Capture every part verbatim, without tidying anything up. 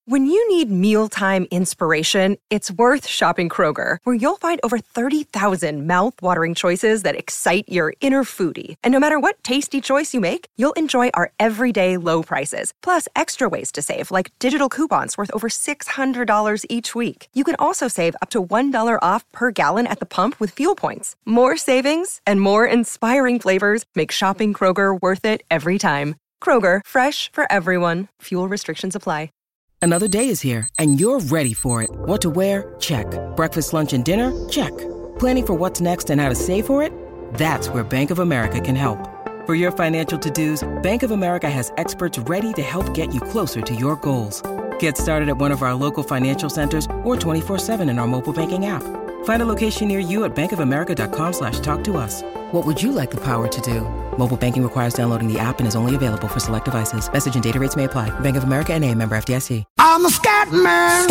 When you need mealtime inspiration, it's worth shopping Kroger, where you'll find over thirty thousand mouth-watering choices that excite your inner foodie. And no matter what tasty choice you make, you'll enjoy our everyday low prices, plus extra ways to save, like digital coupons worth over six hundred dollars each week. You can also save up to one dollar off per gallon at the pump with fuel points. More savings and more inspiring flavors make shopping Kroger worth it every time. Kroger, fresh for everyone. Fuel restrictions apply. Another day is here, and you're ready for it. What to wear? Check. Breakfast, lunch, and dinner? Check. Planning for what's next and how to save for it? That's where Bank of America can help. For your financial to-dos, Bank of America has experts ready to help get you closer to your goals. Get started at one of our local financial centers or twenty-four seven in our mobile banking app. Find a location near you at bankofamerica.com slash talk to us. What would you like the power to do? Mobile banking requires downloading the app and is only available for select devices. Message and data rates may apply. Bank of America N A, member F D I C. I'm a scat man.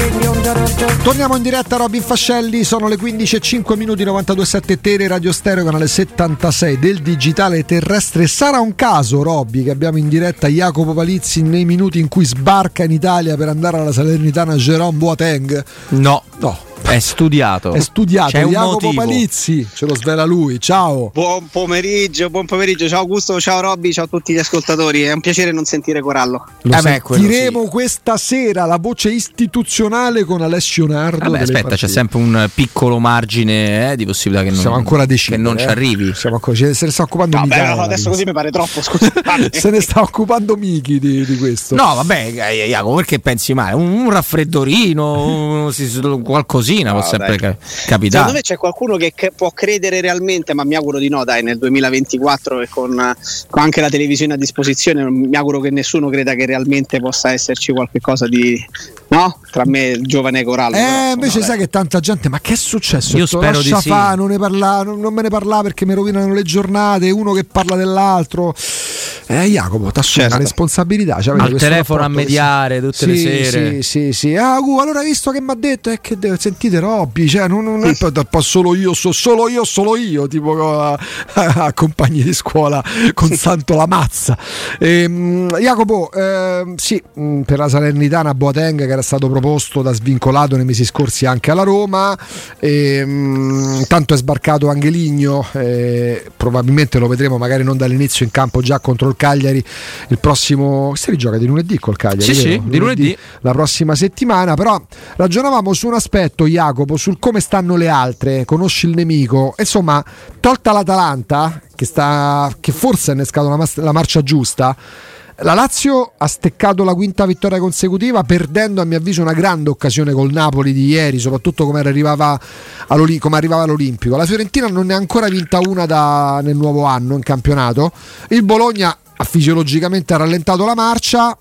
Torniamo in diretta, Robin Fascelli. Sono le quindici e cinque minuti, novantadue virgola sette Tele Radio Stereo, canale settantasei del digitale terrestre. Sarà un caso, Robby, che abbiamo in diretta Jacopo Palizzi nei minuti in cui sbarca in Italia per andare alla Salernitana Jérôme Boateng? No. No. È studiato. È studiato. C'è un Jacopo motivo. Palizzi, ce lo svela lui. Ciao. Buon pomeriggio, buon pomeriggio. Ciao Augusto, ciao Robby, ciao a tutti gli ascoltatori. È un piacere non sentire Corallo. Lo eh beh, sentiremo sì. questa sera la voce istituzionale con Alessio Nardo. Vabbè, aspetta, partite. C'è sempre un piccolo margine eh, di possibilità che non, siamo ancora decidere, che non eh. ci arrivi. Siamo ancora, se ne sta occupando no, Michele. Beh, no, adesso così mi pare troppo, scusa. Se ne sta occupando Michi di, di questo. No, vabbè, Jacopo, perché pensi male? Un, un raffreddorino, un, qualcosina no, può sempre dai. capitare. Secondo me c'è qualcuno che può credere realmente, ma mi auguro di no, dai, nel duemilaventiquattro e con, con anche la televisione a disposizione, mi auguro che nessuno creda che realmente possa esserci qualche cosa di, no? Tra me e il giovane Corallo. Eh, però, invece insomma, sai che tanta gente, ma che è successo? Io spero di sì. Fa, non, ne parla, non, non me ne parla perché mi rovinano le giornate, uno che parla dell'altro. Eh, Jacopo, ti assumi certo. una responsabilità. Cioè, al telefono a mediare tutte sì, le sere. Sì, sì, sì. Ah, uh, allora hai visto che mi ha detto? È che devo, sentite Robby, cioè non, non è solo io, so, solo io, solo io, tipo a, a compagni di scuola con Santo la mazza. Ehm, Jacopo, eh, sì, per la Salernitana Boateng, che era stato proposto da svincolato nei mesi scorsi anche alla Roma. Ehm, tanto è sbarcato Angeligno, eh, probabilmente lo vedremo magari non dall'inizio in campo già contro il Cagliari il prossimo, si rigioca di lunedì col Cagliari, sì, vero? sì, lunedì, di lunedì la prossima settimana. Però ragionavamo su un aspetto, Jacopo, sul come stanno le altre, conosci il nemico, insomma, tolta l'Atalanta che, sta, che forse ha innescato la, la marcia giusta, la Lazio ha steccato la quinta vittoria consecutiva, perdendo a mio avviso una grande occasione col Napoli di ieri, soprattutto come arrivava, come arrivava all'Olimpico. La Fiorentina non ne ha ancora vinta una da, nel nuovo anno in campionato. Il Bologna ha fisiologicamente rallentato la marcia.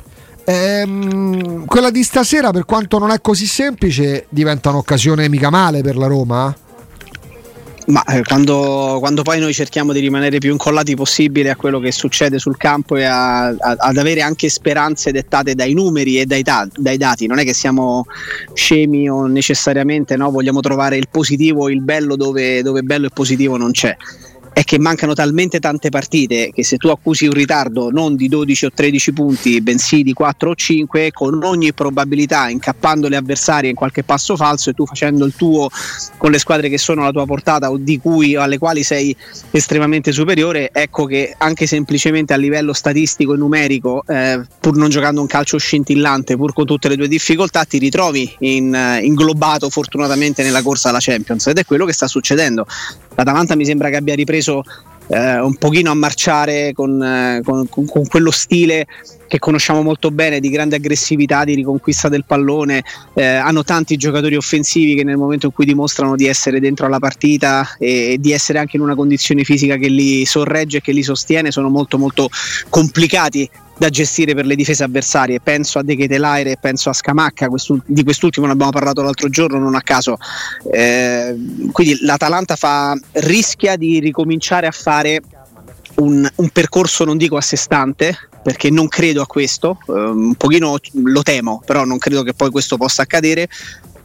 Ehm, quella di stasera, per quanto non è così semplice, diventa un'occasione mica male per la Roma? Ma eh, quando, quando poi noi cerchiamo di rimanere più incollati possibile a quello che succede sul campo e a, a, ad avere anche speranze dettate dai numeri e dai, ta- dai dati, non è che siamo scemi o necessariamente no, vogliamo trovare il positivo, il bello dove, dove bello e positivo non c'è. È che mancano talmente tante partite che se tu accusi un ritardo non di dodici o tredici punti, bensì di quattro o cinque, con ogni probabilità incappando le avversarie in qualche passo falso e tu facendo il tuo con le squadre che sono alla tua portata o di cui alle quali sei estremamente superiore, ecco che anche semplicemente a livello statistico e numerico, eh, pur non giocando un calcio scintillante, pur con tutte le tue difficoltà, ti ritrovi in, uh, inglobato fortunatamente nella corsa alla Champions, ed è quello che sta succedendo. L'Atalanta mi sembra che abbia ripreso eh, un pochino a marciare con, eh, con, con, con quello stile che conosciamo molto bene, di grande aggressività, di riconquista del pallone. Eh, hanno tanti giocatori offensivi che nel momento in cui dimostrano di essere dentro alla partita e, e di essere anche in una condizione fisica che li sorregge e che li sostiene, sono molto molto complicati da gestire per le difese avversarie. Penso a De Ketelaere e penso a Scamacca, di quest'ultimo ne abbiamo parlato l'altro giorno non a caso. Eh, quindi l'Atalanta fa, rischia di ricominciare a fare un, un percorso, non dico a sé stante, perché non credo a questo, eh, un pochino lo temo, però non credo che poi questo possa accadere,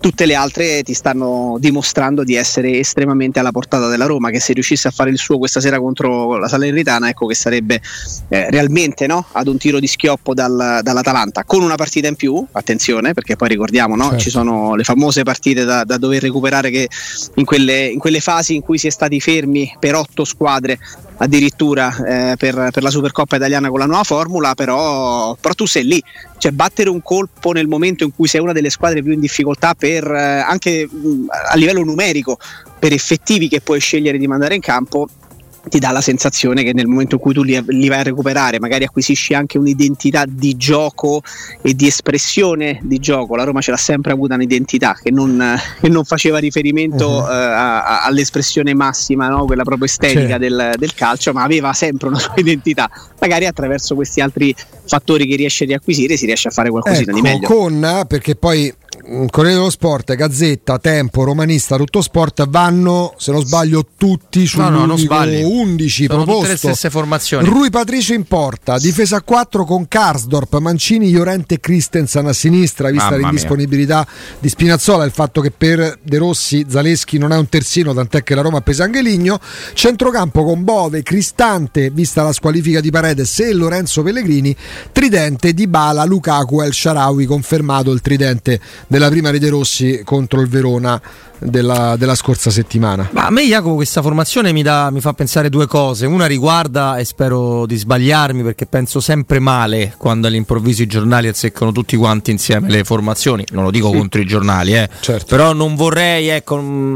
tutte le altre ti stanno dimostrando di essere estremamente alla portata della Roma, che se riuscisse a fare il suo questa sera contro la Salernitana, ecco che sarebbe eh, realmente, no, ad un tiro di schioppo dal, dall'Atalanta, con una partita in più, attenzione, perché poi ricordiamo, no, certo, ci sono le famose partite da, da dover recuperare, che in quelle, in quelle fasi in cui si è stati fermi per otto squadre addirittura eh, per, per la Supercoppa italiana con la nuova formula, però, però tu sei lì, cioè battere un colpo nel momento in cui sei una delle squadre più in difficoltà per eh, anche mh, a livello numerico, per effettivi che puoi scegliere di mandare in campo, ti dà la sensazione che nel momento in cui tu li, li vai a recuperare magari acquisisci anche un'identità di gioco e di espressione di gioco. La Roma ce l'ha sempre avuta un'identità che non, che non faceva riferimento uh-huh. uh, a, a, all'espressione massima, no? Quella proprio estetica, sì, del, del calcio, ma aveva sempre una sua identità. Magari attraverso questi altri fattori che riesce a riacquisire si riesce a fare qualcosina, ecco, di meglio. Con, perché poi Corriere dello Sport, Gazzetta, Tempo, Romanista, Tutto Sport vanno, se non sbaglio, tutti sull'unico no, no, undici sono proposto. tutte le stesse formazioni. Rui Patricio in porta, difesa a quattro con Karsdorp, Mancini, Llorente, Christensen a sinistra, vista Mamma l'indisponibilità mia. di Spinazzola, il fatto che per De Rossi Zaleschi non è un terzino, tant'è che la Roma ha preso anche Ligno. Centrocampo con Bove, Cristante, vista la squalifica di Paredes, e Lorenzo Pellegrini. Tridente Dybala, Lukaku, El Shaarawy, confermato il tridente della prima Rete Rossi contro il Verona della, della scorsa settimana. Ma a me, Jacopo, questa formazione mi, dà, mi fa pensare due cose. Una riguarda, e spero di sbagliarmi perché penso sempre male quando all'improvviso i giornali azzeccano tutti quanti insieme le formazioni, non lo dico sì. contro i giornali, eh. certo. però non vorrei ecco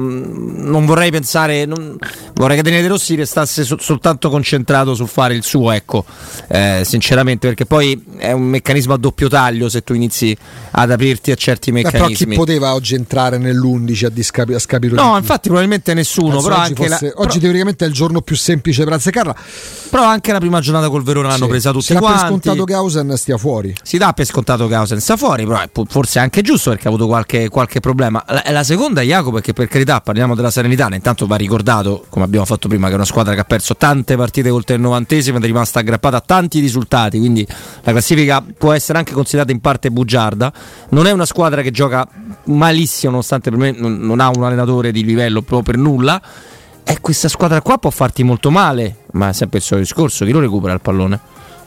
non vorrei pensare non, vorrei che Daniele De Rossi restasse so, soltanto concentrato su fare il suo, ecco eh, sinceramente, perché poi è un meccanismo a doppio taglio se tu inizi ad aprirti a certi meccanismi. Però chi poteva oggi entrare nell'undici a, discapi- a scapito? No, infatti probabilmente nessuno. Però oggi, anche fosse, la, oggi però, teoricamente è il giorno più semplice per azzeccarla. Però anche la prima giornata col Verona l'hanno sì. presa tutti si dà quanti. Per scontato che Hausen stia fuori. Si dà per scontato che Hausen sta fuori, però è forse anche giusto perché ha avuto qualche, qualche problema. La, la seconda, Jacopo, perché per carità parliamo della Salernitana, intanto va ricordato, come abbiamo fatto prima, che è una squadra che ha perso tante partite oltre il novantesimo ed è rimasta aggrappata a tanti risultati, quindi la classifica può essere anche considerata in parte bugiarda. Non è una squadra che gioca malissimo, nonostante per me non, non ha un allenatore di livello proprio per nulla, e questa squadra qua può farti molto male, ma è sempre il solito discorso, chi lo recupera il pallone?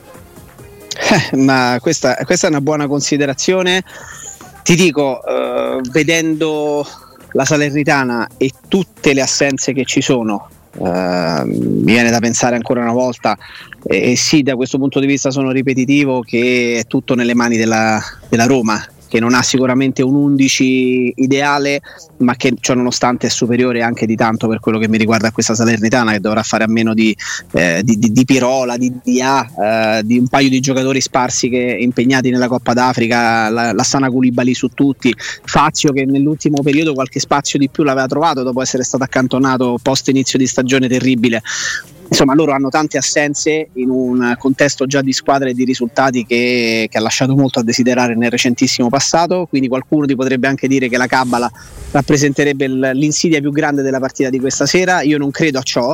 Eh, ma questa, questa è una buona considerazione. Ti dico, eh, vedendo la Salernitana e tutte le assenze che ci sono, Uh, mi viene da pensare ancora una volta, e eh, sì, da questo punto di vista sono ripetitivo, che è tutto nelle mani della, della Roma, che non ha sicuramente un undici ideale, ma che ciò nonostante è superiore anche di tanto per quello che mi riguarda questa Salernitana, che dovrà fare a meno di, eh, di, di, di Pirola, di Dia, eh, di un paio di giocatori sparsi che impegnati nella Coppa d'Africa, la, la Sana Koulibaly su tutti, Fazio che nell'ultimo periodo qualche spazio di più l'aveva trovato dopo essere stato accantonato post inizio di stagione terribile. Insomma, loro hanno tante assenze in un contesto già di squadre e di risultati che, che ha lasciato molto a desiderare nel recentissimo passato, quindi qualcuno ti potrebbe anche dire che la Cabala rappresenterebbe l'insidia più grande della partita di questa sera. Io non credo a ciò,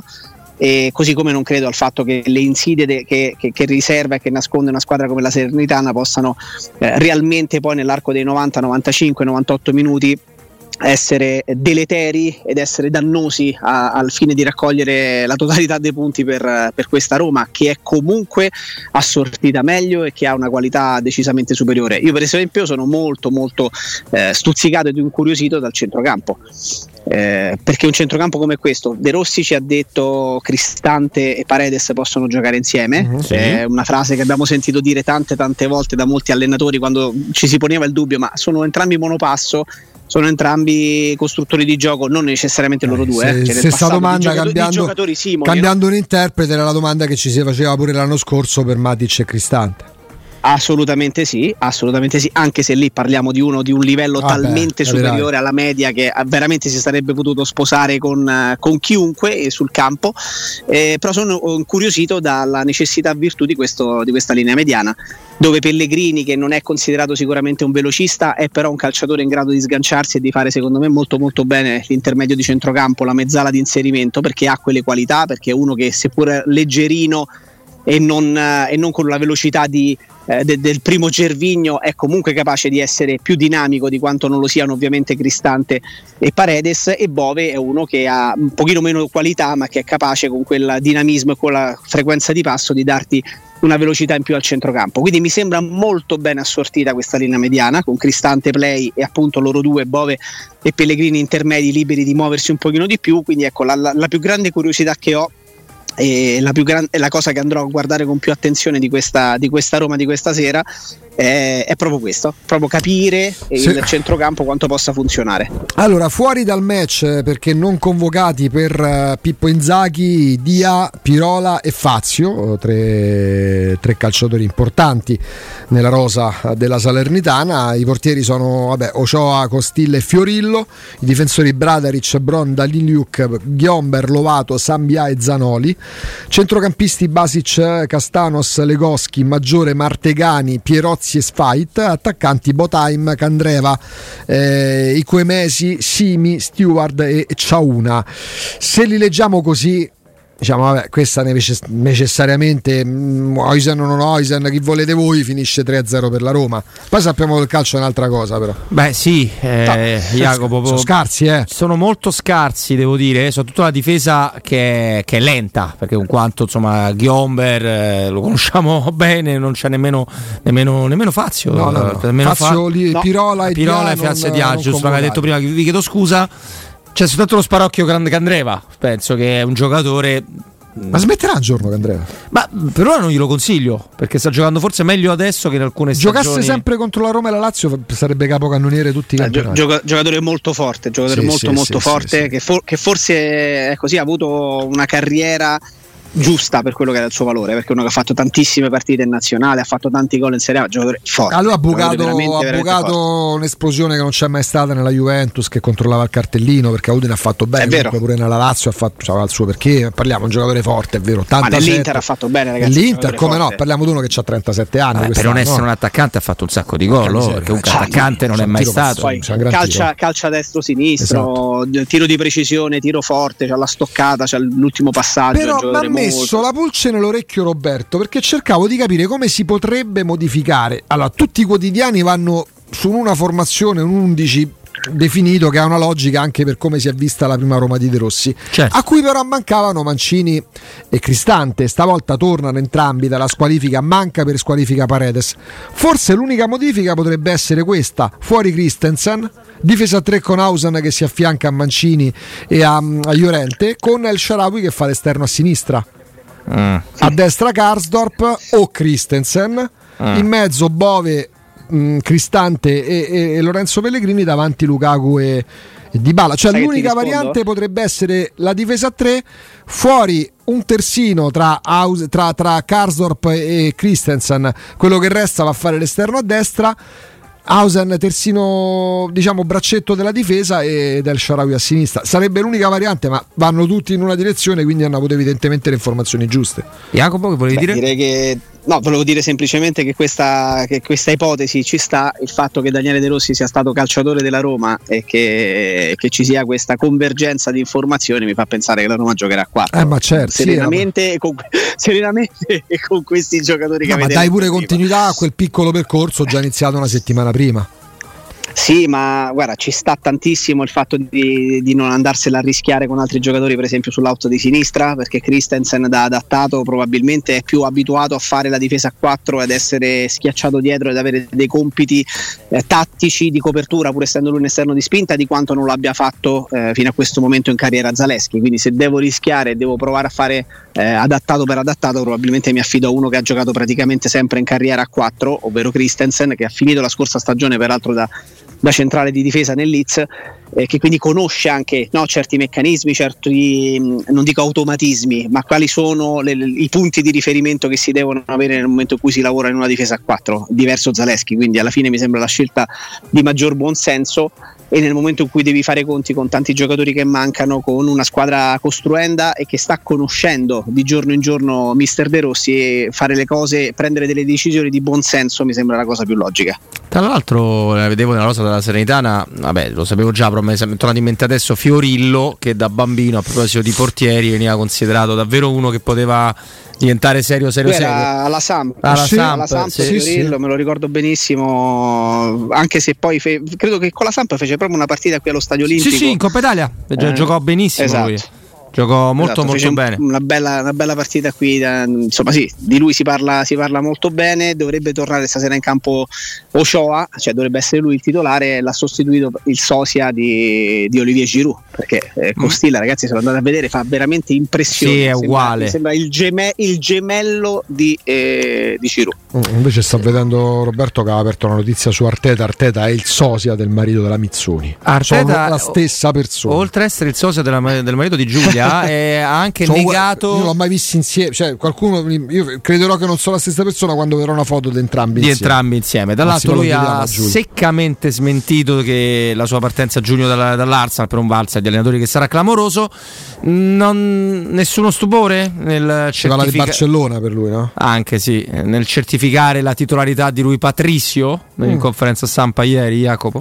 e così come non credo al fatto che le insidie de, che, che, che riserva e che nasconde una squadra come la Salernitana possano eh, realmente poi nell'arco dei novanta, novantacinque, novantotto minuti essere deleteri ed essere dannosi a, al fine di raccogliere la totalità dei punti per, per questa Roma, che è comunque assortita meglio e che ha una qualità decisamente superiore. Io per esempio sono molto molto eh, stuzzicato ed incuriosito dal centrocampo, eh, perché un centrocampo come questo, De Rossi ci ha detto Cristante e Paredes possono giocare insieme, uh-huh, sì. È una frase che abbiamo sentito dire tante tante volte da molti allenatori quando ci si poneva il dubbio, ma sono entrambi monopasso, sono entrambi costruttori di gioco, non necessariamente loro due. Se, eh. Cioè, stessa domanda, di cambiando, di giocatori simili, cambiando no? un interprete, era la domanda che ci si faceva pure l'anno scorso per Matic e Cristante. Assolutamente sì, assolutamente sì, anche se lì parliamo di uno di un livello ah talmente beh, superiore alla media che veramente si sarebbe potuto sposare con, con chiunque sul campo, eh, però sono incuriosito dalla necessità virtù di, questo, di questa linea mediana, dove Pellegrini, che non è considerato sicuramente un velocista, è però un calciatore in grado di sganciarsi e di fare secondo me molto molto bene l'intermedio di centrocampo, la mezzala di inserimento, perché ha quelle qualità, perché è uno che seppur leggerino e non, e non con la velocità di, eh, de, del primo Gervinho, è comunque capace di essere più dinamico di quanto non lo siano ovviamente Cristante e Paredes, e Bove è uno che ha un pochino meno qualità ma che è capace con quel dinamismo e con la frequenza di passo di darti una velocità in più al centrocampo. Quindi mi sembra molto ben assortita questa linea mediana con Cristante play e appunto loro due, Bove e Pellegrini, intermedi liberi di muoversi un pochino di più. Quindi ecco, la, la, la più grande curiosità che ho e la, più gran- la cosa che andrò a guardare con più attenzione di questa, di questa Roma di questa sera è, è proprio questo, proprio capire sì. il centrocampo quanto possa funzionare. Allora, fuori dal match perché non convocati per uh, Pippo Inzaghi, Dia, Pirola e Fazio, tre, tre calciatori importanti nella rosa della Salernitana. I portieri sono vabbè, Ochoa, Costilla e Fiorillo, i difensori Bradaric, Bronda, Liliuk, Ghiomber, Lovato, Sambia e Zanoli, centrocampisti Basic, Castanos, Legoschi, Maggiore, Martegani, Pierozzi e Sfait, attaccanti Botaim, Candreva, eh, Iquemesi, Simi, Steward e Ciauna. Se li leggiamo così, diciamo vabbè, questa necessariamente mh, Oisen o non Oisen, chi volete voi, finisce tre a zero per la Roma. Poi sappiamo che il calcio è un'altra cosa, però beh sì, eh, no, Jacopo, sono scarsi, eh. sono molto scarsi, devo dire, soprattutto la difesa che è, che è lenta, perché con quanto insomma Ghiomber eh, lo conosciamo bene, non c'è nemmeno nemmeno, nemmeno Fazio, no, no, no. nemmeno Fazio, fa- li, no. Pirola e Pirola e Fazio Dia, giusto, come hai detto prima, vi chiedo scusa. C'è soltanto lo sparocchio Candreva, penso che è un giocatore. Ma smetterà un giorno Candreva? Ma per ora non glielo consiglio, perché sta giocando forse meglio adesso che in alcune stagioni. Giocasse sempre contro la Roma e la Lazio sarebbe capocannoniere tutti i campionati. Gioca- giocatore molto forte, giocatore sì, molto sì, molto sì, forte, sì, che, for- che forse è così, ha avuto una carriera giusta per quello che era il suo valore, perché uno che ha fatto tantissime partite in nazionale, ha fatto tanti gol in Serie A, giocatore forte. Allora ha bucato, veramente, ha bucato un'esplosione che non c'è mai stata nella Juventus, che controllava il cartellino, perché Udine ha fatto bene, pure nella Lazio ha fatto, cioè, il suo perché, parliamo un giocatore forte, è vero, ma nell'Inter ha fatto bene, ragazzi. L'Inter come no, parliamo di uno che ha trentasette anni, eh, per non essere no? un attaccante ha fatto un sacco di gol, oh, perché un cioè, attaccante non è mai stato. Poi, calcia, calcia destro sinistro, esatto. Tiro di precisione, tiro forte, c'ha la stoccata, c'ha l'ultimo passaggio. Però mi ha messo la pulce nell'orecchio Roberto, perché cercavo di capire come si potrebbe modificare. Allora, tutti i quotidiani vanno su una formazione, un undici definito che ha una logica anche per come si è vista la prima Roma di De Rossi, certo. A cui però mancavano Mancini e Cristante. Stavolta tornano entrambi dalla squalifica, manca per squalifica Paredes. Forse l'unica modifica potrebbe essere questa: fuori Christensen, difesa a tre con Hausen che si affianca a Mancini e a, a Llorente, con El Shaarawy che fa l'esterno a sinistra. Mm. A destra Karsdorp o Christensen, mm. in mezzo Bove, mh, Cristante e, e, e Lorenzo Pellegrini, davanti Lukaku e, e Dybala. Cioè, sai, l'unica variante potrebbe essere la difesa a tre, fuori un terzino tra, tra, tra Karsdorp e Christensen, quello che resta va a fare l'esterno a destra, Hausen terzino, diciamo, braccetto della difesa, e Del Shaarawy a sinistra. Sarebbe l'unica variante, ma vanno tutti in una direzione, quindi hanno avuto evidentemente le informazioni giuste. Jacopo, che volevi Beh, dire? Direi che no, volevo dire semplicemente che questa, che questa ipotesi ci sta. Il fatto che Daniele De Rossi sia stato calciatore della Roma e che, che ci sia questa convergenza di informazioni mi fa pensare che la Roma giocherà a quattro, eh, ma certo, serenamente, sì, e con, serenamente e con questi giocatori no, che ma dai pure continuità a quel piccolo percorso già iniziato una settimana prima. Sì, ma guarda, ci sta tantissimo il fatto di, di non andarsela a rischiare con altri giocatori, per esempio sull'auto di sinistra, perché Christensen da adattato probabilmente è più abituato a fare la difesa a quattro ed essere schiacciato dietro ed avere dei compiti eh, tattici di copertura, pur essendo lui un esterno di spinta, di quanto non l'abbia fatto eh, fino a questo momento in carriera Zaleschi. Quindi se devo rischiare e devo provare a fare eh, adattato per adattato, probabilmente mi affido a uno che ha giocato praticamente sempre in carriera a quattro, ovvero Christensen, che ha finito la scorsa stagione peraltro da da centrale di difesa nel Leeds, eh, che quindi conosce anche, no, certi meccanismi, certi, non dico automatismi, ma quali sono le, le, i punti di riferimento che si devono avere nel momento in cui si lavora in una difesa a quattro, diverso Zaleschi. Quindi alla fine mi sembra la scelta di maggior buonsenso, e nel momento in cui devi fare i conti con tanti giocatori che mancano, con una squadra costruenda e che sta conoscendo di giorno in giorno mister De Rossi, e fare le cose, prendere delle decisioni di buonsenso mi sembra la cosa più logica. Tra l'altro la vedevo nella rosa della Salernitana, vabbè, lo sapevo già, però mi è tornato in mente adesso Fiorillo, che da bambino, a proposito di portieri, veniva considerato davvero uno che poteva diventare serio serio Era serio alla Samp, alla sì, Samp, alla Samp sì, Fiorillo, sì. me lo ricordo benissimo, anche se poi fe- credo che con la Samp fece proprio una partita qui allo Stadio Olimpico. sì sì in Coppa Italia eh, giocò benissimo esatto. lui. Giocò molto esatto, molto bene. Una bella, una bella partita qui. Insomma, sì, di lui si parla, si parla molto bene. Dovrebbe tornare stasera in campo Ochoa, cioè dovrebbe essere lui il titolare. L'ha sostituito il sosia di, di Olivier Giroud. Perché eh, Costilla, ragazzi, se lo andate a vedere, fa veramente impressione. Sì, è sembra, uguale. Sembra il, geme, il gemello di, eh, di Giroud. Invece sta vedendo Roberto che ha aperto una notizia su Arteta. Arteta è il sosia del marito della Mizzoni. Arteta, sono la stessa persona. Oltre a essere il sosia della, del marito di Giulia, e ha anche Sono, negato. Io non l'ho mai visto insieme. Cioè, qualcuno. Io crederò che non sono la stessa persona quando vedrò una foto di entrambi Di insieme. entrambi insieme. Dall'altro, lui ha seccamente smentito che la sua partenza a giugno dalla, dall'Arsenal per un valzer di allenatori che sarà clamoroso. Non, nessuno stupore nel certifica- parla di Barcellona per lui, no? Anche sì, nel certificare la titolarità di Rui Patricio in mm. conferenza stampa ieri, Jacopo.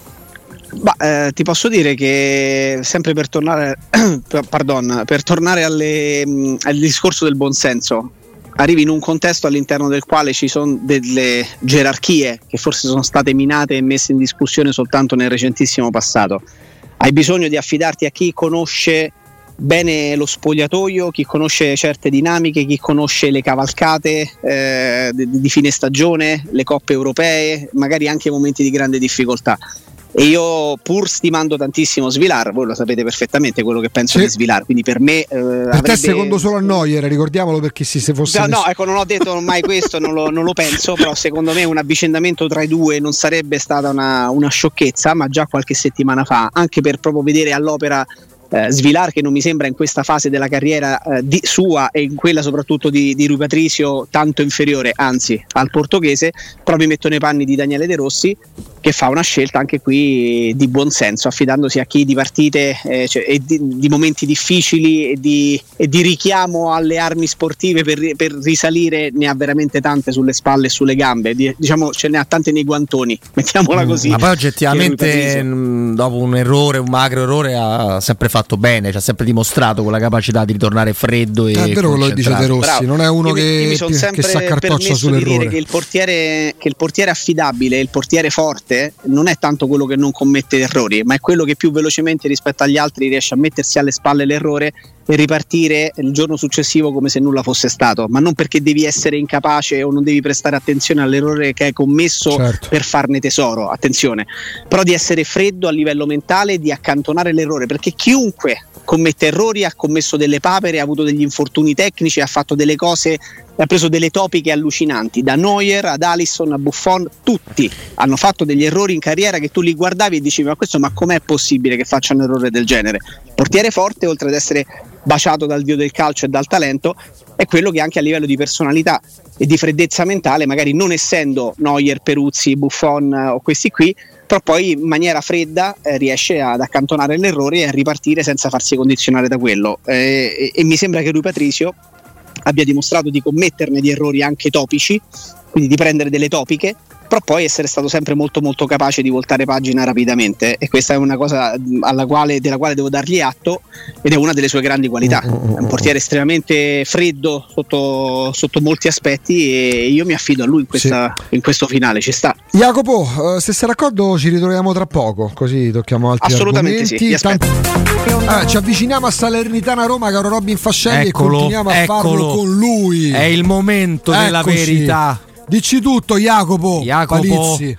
Bah, eh, ti posso dire che sempre per tornare pardon, per tornare alle, mh, al discorso del buonsenso, arrivi in un contesto all'interno del quale ci sono delle gerarchie che forse sono state minate e messe in discussione soltanto nel recentissimo passato. Hai bisogno di affidarti a chi conosce bene lo spogliatoio, chi conosce certe dinamiche, chi conosce le cavalcate eh, di, di fine stagione, le coppe europee, magari anche momenti di grande difficoltà. E io, pur stimando tantissimo Svilar, voi lo sapete perfettamente quello che penso sì. di Svilar, quindi per me eh, per avrebbe... te secondo solo a Neuer, ricordiamolo, perché se fosse no, ness- no, ecco, non ho detto mai questo, non lo, non lo penso, però secondo me un avvicendamento tra i due non sarebbe stata una, una sciocchezza, ma già qualche settimana fa, anche per proprio vedere all'opera Eh, Svilar, che non mi sembra in questa fase della carriera eh, di, sua e in quella soprattutto di, di Rui Patricio tanto inferiore, anzi al portoghese, però mi metto nei panni di Daniele De Rossi, che fa una scelta anche qui di buonsenso, affidandosi a chi di partite eh, cioè, e di, di momenti difficili e di, e di richiamo alle armi sportive per, per risalire ne ha veramente tante sulle spalle e sulle gambe, di, diciamo ce ne ha tante nei guantoni, mettiamola così. Ma poi oggettivamente mh, dopo un errore, un macro errore, ha sempre fatto fatto bene, ci ha sempre dimostrato quella capacità di ritornare freddo e è vero quello che dice De Rossi. Bravo. Non è uno io che, mi, io mi che, che sa cartoccia sull'errore. Di dire che il portiere che il portiere affidabile, il portiere forte non è tanto quello che non commette errori, ma è quello che più velocemente rispetto agli altri riesce a mettersi alle spalle l'errore e ripartire il giorno successivo come se nulla fosse stato, ma non perché devi essere incapace o non devi prestare attenzione all'errore che hai commesso, certo, per farne tesoro, attenzione, però di essere freddo a livello mentale, di accantonare l'errore, perché chiunque commette errori ha commesso delle papere, ha avuto degli infortuni tecnici, ha fatto delle cose, ha preso delle topiche allucinanti, da Neuer ad Alisson a Buffon, tutti hanno fatto degli errori in carriera che tu li guardavi e dicevi ma questo, ma com'è possibile che faccia un errore del genere? Portiere forte, oltre ad essere baciato dal dio del calcio e dal talento, è quello che anche a livello di personalità e di freddezza mentale, magari non essendo Neuer, Peruzzi, Buffon eh, o questi qui, però poi in maniera fredda eh, riesce ad accantonare l'errore e a ripartire senza farsi condizionare da quello, eh, e, e mi sembra che Rui Patricio abbia dimostrato di commetterne di errori anche topici, quindi di prendere delle topiche, però poi essere stato sempre molto molto capace di voltare pagina rapidamente, e questa è una cosa alla quale, della quale devo dargli atto, ed è una delle sue grandi qualità. È un portiere estremamente freddo sotto, sotto molti aspetti, e io mi affido a lui in, questa, sì. in questo finale, ci sta. Jacopo, se sei d'accordo ci ritroviamo tra poco, così tocchiamo altri assolutamente argomenti. Sì, Tanto... ah, ci avviciniamo a Salernitana Roma, caro Robin Fascelli, eccolo, e continuiamo a eccolo. farlo con lui. È il momento Eccoci. della verità. Dici tutto, Jacopo. Jacopo. Palizzi.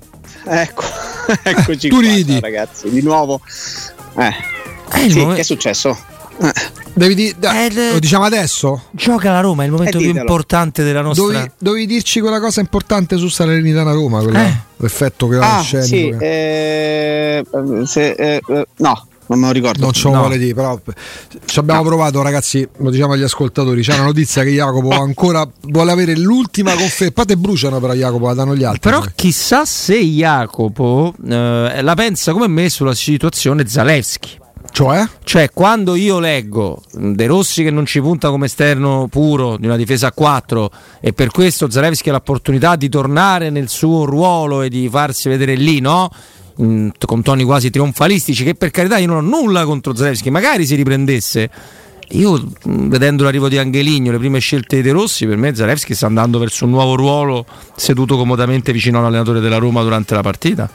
Ecco, eccoci tu qua, ridi, ragazzi, di nuovo. Eh, eh sì, momen- che è successo? Eh. Devi di- da- eh, lo diciamo adesso? Gioca la Roma, è il momento eh, più importante della nostra. Dovevi, dovevi dirci quella cosa importante su Salernitana Roma, quella, eh. l'effetto che ha ah, scenico. Sì, che... eh, se, eh, no. Non me lo ricordo. Non ce lo no. vuole dire, però ci abbiamo no. provato, ragazzi. Lo diciamo agli ascoltatori. C'è una notizia che Jacopo ancora vuole avere l'ultima conferma. Pate bruciano, però Jacopo la danno gli altri. Però poi. chissà se Jacopo eh, la pensa come me sulla situazione Zalewski. Cioè? Cioè, quando io leggo De Rossi che non ci punta come esterno puro di una difesa a quattro, e per questo Zalewski ha l'opportunità di tornare nel suo ruolo e di farsi vedere lì, no? mh, con toni quasi trionfalistici, che per carità io non ho nulla contro Zalewski, magari si riprendesse. Io mh, vedendo l'arrivo di Angeligno, le prime scelte di De Rossi, per me Zalewski sta andando verso un nuovo ruolo seduto comodamente vicino all'allenatore della Roma durante la partita.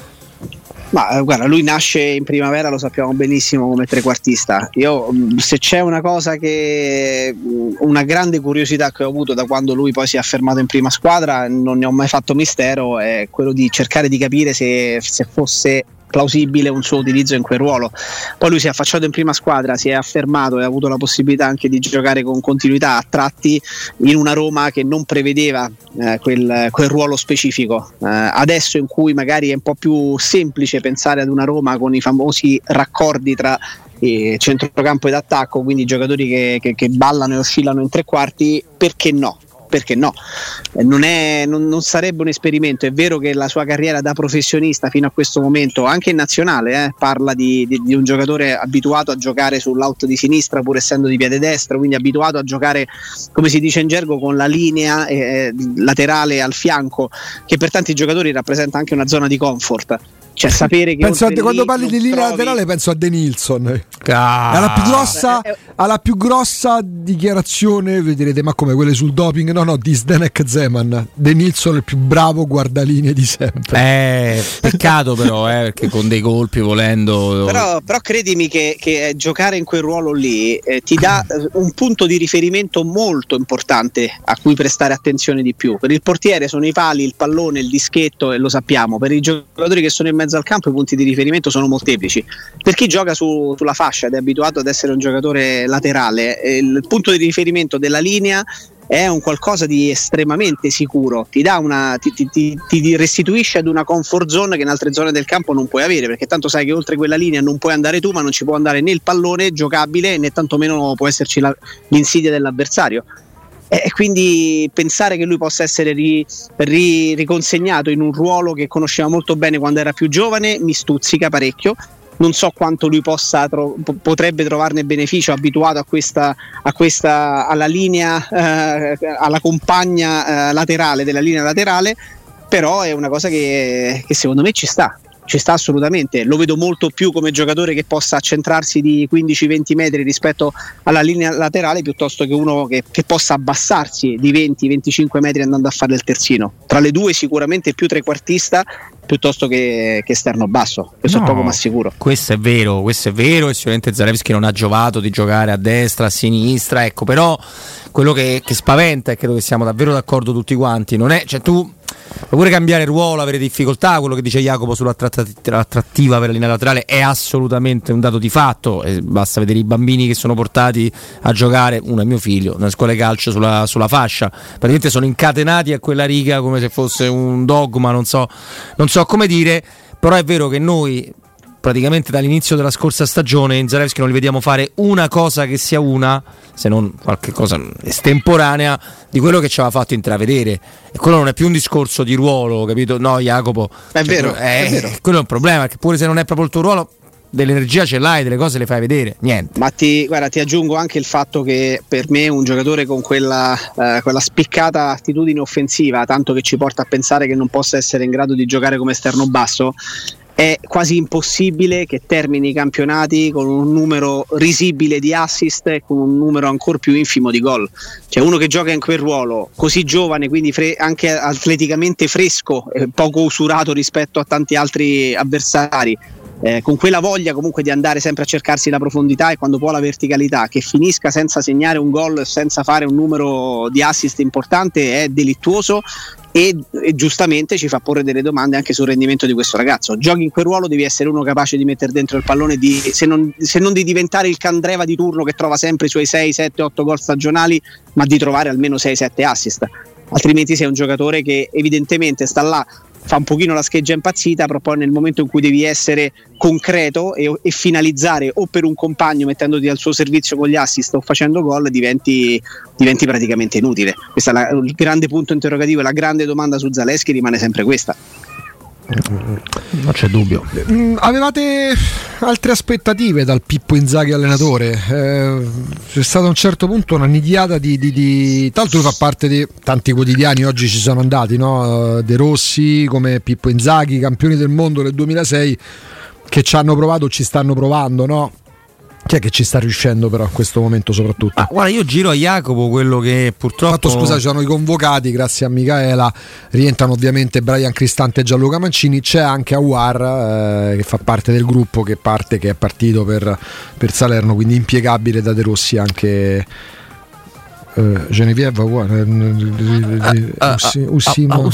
Ma guarda, lui nasce in primavera, lo sappiamo benissimo, come trequartista. Io, se c'è una cosa che, una grande curiosità che ho avuto da quando lui poi si è affermato in prima squadra, non ne ho mai fatto mistero, è quello di cercare di capire se, se fosse plausibile un suo utilizzo in quel ruolo. Poi lui si è affacciato in prima squadra, si è affermato e ha avuto la possibilità anche di giocare con continuità a tratti in una Roma che non prevedeva eh, quel, quel ruolo specifico. Eh, adesso, in cui magari è un po' più semplice pensare ad una Roma con i famosi raccordi tra eh, centrocampo ed attacco, quindi giocatori che, che, che ballano e oscillano in tre quarti, perché no? Perché no? Non, è, non, non sarebbe un esperimento. È vero che la sua carriera da professionista fino a questo momento, anche in nazionale, eh, parla di, di, di un giocatore abituato a giocare sull'out di sinistra pur essendo di piede destro, quindi abituato a giocare, come si dice in gergo, con la linea eh, laterale al fianco, che per tanti giocatori rappresenta anche una zona di comfort. Cioè, sapere che penso a de, quando parli di linea trovi... laterale penso a De Nilsson. Ah. Alla più grossa, eh, eh. alla più grossa dichiarazione, vedrete, ma come quelle sul doping? No, no, di Zdenek Zeman. De Nilsson è il più bravo guardalinee di sempre. Eh, peccato però, eh, perché con dei colpi volendo. Però, però credimi che, che giocare in quel ruolo lì eh, ti dà un punto di riferimento molto importante a cui prestare attenzione di più. Per il portiere sono i pali, il pallone, il dischetto, e lo sappiamo. Per i giocatori che sono in mezzo al campo i punti di riferimento sono molteplici. Per chi gioca su, sulla fascia ed è abituato ad essere un giocatore laterale, eh, il punto di riferimento della linea è un qualcosa di estremamente sicuro, ti dà una ti, ti, ti, ti restituisce ad una comfort zone che in altre zone del campo non puoi avere, perché tanto sai che oltre quella linea non puoi andare tu, ma non ci può andare né il pallone giocabile né tantomeno può esserci la, l'insidia dell'avversario. E quindi pensare che lui possa essere ri, ri, riconsegnato in un ruolo che conosceva molto bene quando era più giovane mi stuzzica parecchio. Non so quanto lui possa tro- potrebbe trovarne beneficio, abituato a questa, a questa alla linea, eh, alla compagna eh, laterale della linea laterale, però è una cosa che, che secondo me ci sta. Ci sta assolutamente, lo vedo molto più come giocatore che possa accentrarsi di quindici venti metri rispetto alla linea laterale, piuttosto che uno che, che possa abbassarsi di venti venticinque metri andando a fare il terzino. Tra le due sicuramente più trequartista piuttosto che, che esterno basso, questo no, è poco ma sicuro. Questo è vero, questo è vero, e sicuramente Zalewski non ha giovato di giocare a destra, a sinistra, ecco, però quello che, che spaventa, e credo che siamo davvero d'accordo tutti quanti, non è, cioè tu puoi pure cambiare ruolo, avere difficoltà, quello che dice Jacopo sull'attrattiva per la linea laterale è assolutamente un dato di fatto, e basta vedere i bambini che sono portati a giocare, uno è mio figlio, nella scuola di calcio sulla, sulla fascia, praticamente sono incatenati a quella riga come se fosse un dogma, non so, non so come dire, però è vero che noi praticamente dall'inizio della scorsa stagione in Zalewski non li vediamo fare una cosa che sia una, se non qualche cosa estemporanea, di quello che ci aveva fatto intravedere. E quello non è più un discorso di ruolo, capito? No, Jacopo, è, cioè, vero, è, è vero, quello è un problema, perché pure se non è proprio il tuo ruolo, dell'energia ce l'hai, delle cose le fai vedere, niente. Ma ti, guarda, ti aggiungo anche il fatto che per me un giocatore con quella, eh, quella spiccata attitudine offensiva, tanto che ci porta a pensare che non possa essere in grado di giocare come esterno basso, è quasi impossibile che termini i campionati con un numero risibile di assist e con un numero ancora più infimo di gol. Cioè, uno che gioca in quel ruolo così giovane, quindi fre- anche atleticamente fresco, eh, poco usurato rispetto a tanti altri avversari, Eh, con quella voglia comunque di andare sempre a cercarsi la profondità e quando può la verticalità, che finisca senza segnare un gol, senza fare un numero di assist importante, è delittuoso e, e giustamente ci fa porre delle domande anche sul rendimento di questo ragazzo. Giochi in quel ruolo, devi essere uno capace di mettere dentro il pallone, di, se, non, se non di diventare il Candreva di turno che trova sempre i suoi sei sette otto gol stagionali, ma di trovare almeno sei sette assist, altrimenti sei un giocatore che evidentemente sta là, fa un pochino la scheggia impazzita, però poi nel momento in cui devi essere concreto e, e finalizzare o per un compagno mettendoti al suo servizio con gli assist o facendo gol, diventi, diventi praticamente inutile. Questo è la, il grande punto interrogativo, la grande domanda su Zalewski rimane sempre questa. Non c'è dubbio. Mm, avevate altre aspettative dal Pippo Inzaghi allenatore? Eh, c'è stata a un certo punto una nidiata di, di, di... Tanto lui fa parte di tanti quotidiani, oggi ci sono andati, no? De Rossi come Pippo Inzaghi, campioni del mondo del duemilasei, che ci hanno provato, ci stanno provando, no? Chi è che ci sta riuscendo però in questo momento soprattutto? Ah, guarda, io giro a Jacopo quello che purtroppo... Fatto, scusa, ci sono i convocati, grazie a Micaela, rientrano ovviamente Brian Cristante e Gianluca Mancini, c'è anche Aouar eh, che fa parte del gruppo, che parte, che è partito per, per Salerno, quindi impiegabile da De Rossi anche... Uh, Genevieve Aouar, Ussimo,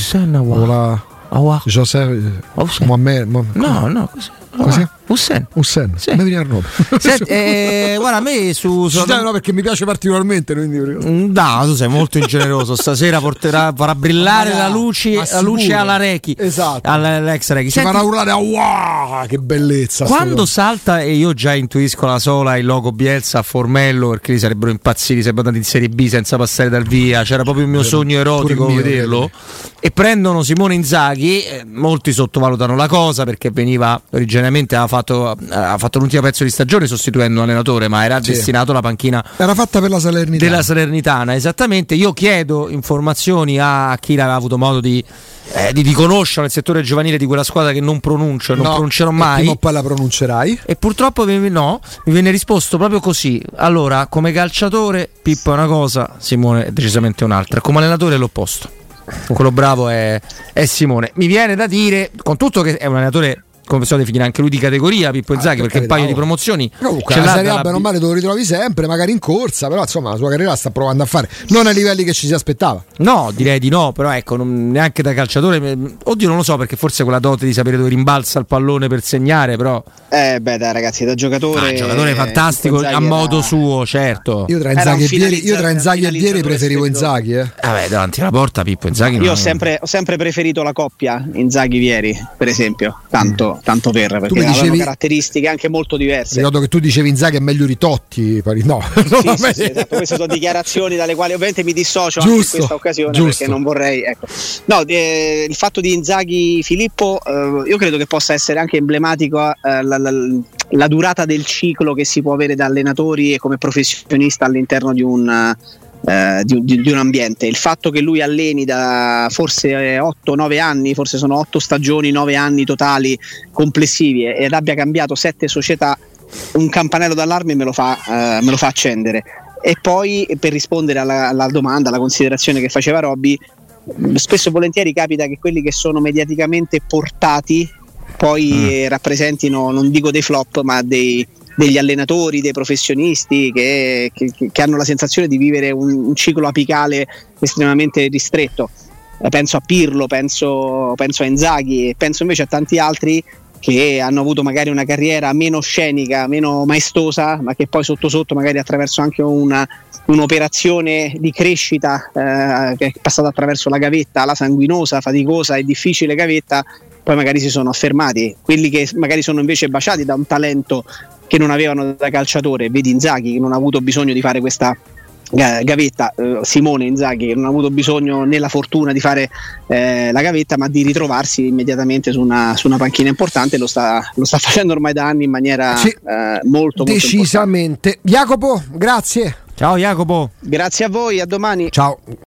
José Mohamed, no, no, così. Così? Hussein. Hussein. Sì. Mi viene il nome. Senti, eh, guarda, a me su, su... No, perché mi piace particolarmente. Quindi... No, tu sei molto ingeneroso. Stasera porterà, farà brillare la luce, la luce alla Rechi. Esatto. All'ex Rechi. Si farà urlare a wow, che bellezza. Quando salta, e io già intuisco la sola, il logo Bielsa a Formello, perché lì sarebbero impazziti, sarebbero andati in Serie B senza passare dal via. C'era proprio il mio sogno erotico mio, vederlo. E prendono Simone Inzaghi. Eh, molti sottovalutano la cosa perché veniva originariamente aveva fatto, ha fatto l'ultimo pezzo di stagione sostituendo un allenatore, ma era sì. destinato alla panchina, era fatta per la Salernitana. Della Salernitana, esattamente. Io chiedo informazioni a chi aveva avuto modo di, eh, di, di conoscere il settore giovanile di quella squadra che non pronuncio, non no, pronuncerò mai. Prima o poi la pronuncerai. E purtroppo no, mi viene risposto proprio così. Allora, come calciatore Pippo è una cosa, Simone è decisamente un'altra. Come allenatore è l'opposto. Quello bravo è, è Simone. Mi viene da dire, con tutto che è un allenatore, come possiamo definire anche lui di categoria, Pippo Inzaghi, ah, perché un paio di promozioni comunque la Serie A bene o male te lo ritrovi sempre, magari in corsa, però insomma la sua carriera la sta provando a fare, non ai livelli che ci si aspettava. No, direi di no, però ecco, non, neanche da calciatore, oddio non lo so, perché forse quella dote di sapere dove rimbalza il pallone per segnare, però eh beh dai ragazzi, da giocatore, ah, giocatore fantastico a modo era... suo, certo. Io tra Inzaghi e Vieri, io tra Inzaghi e Vieri preferivo Inzaghi, eh. Vabbè, davanti alla porta Pippo Inzaghi. Io non... ho sempre ho sempre preferito la coppia Inzaghi-Vieri, per esempio, tanto mm. tanto per perché avevano caratteristiche anche molto diverse. Ricordo che tu dicevi Inzaghi è meglio di Totti, no. Sì, sì, sì, esatto. Queste sono dichiarazioni dalle quali ovviamente mi dissocio giusto, anche in questa occasione, giusto. Perché non vorrei, ecco. No, eh, il fatto di Inzaghi Filippo, eh, io credo che possa essere anche emblematico eh, la, la, la durata del ciclo che si può avere da allenatori e come professionista all'interno di un Uh, di, di, di un ambiente. Il fatto che lui alleni da forse otto nove anni, forse sono otto stagioni, nove anni totali complessivi, ed abbia cambiato sette società, un campanello d'allarme me lo fa, uh, me lo fa accendere. E poi, per rispondere alla, alla domanda, alla considerazione che faceva Robby, spesso e volentieri capita che quelli che sono mediaticamente portati poi mm. eh, rappresentino, non dico dei flop, ma dei degli allenatori, dei professionisti che, che, che hanno la sensazione di vivere un, un ciclo apicale estremamente ristretto. Eh, penso a Pirlo, penso, penso a Inzaghi e penso invece a tanti altri che hanno avuto magari una carriera meno scenica, meno maestosa, ma che poi sotto sotto magari attraverso anche una, un'operazione di crescita eh, che è passata attraverso la gavetta, la sanguinosa, faticosa e difficile gavetta, poi magari si sono affermati. Quelli che magari sono invece baciati da un talento che non avevano da calciatore, vedi Inzaghi che non ha avuto bisogno di fare questa gavetta, eh, Simone Inzaghi che non ha avuto bisogno né la fortuna di fare eh, la gavetta, ma di ritrovarsi immediatamente su una, su una panchina importante. Lo sta, lo sta facendo ormai da anni in maniera sì, eh, molto, molto decisamente importante. Jacopo, grazie. Ciao Jacopo. Grazie a voi, a domani. Ciao.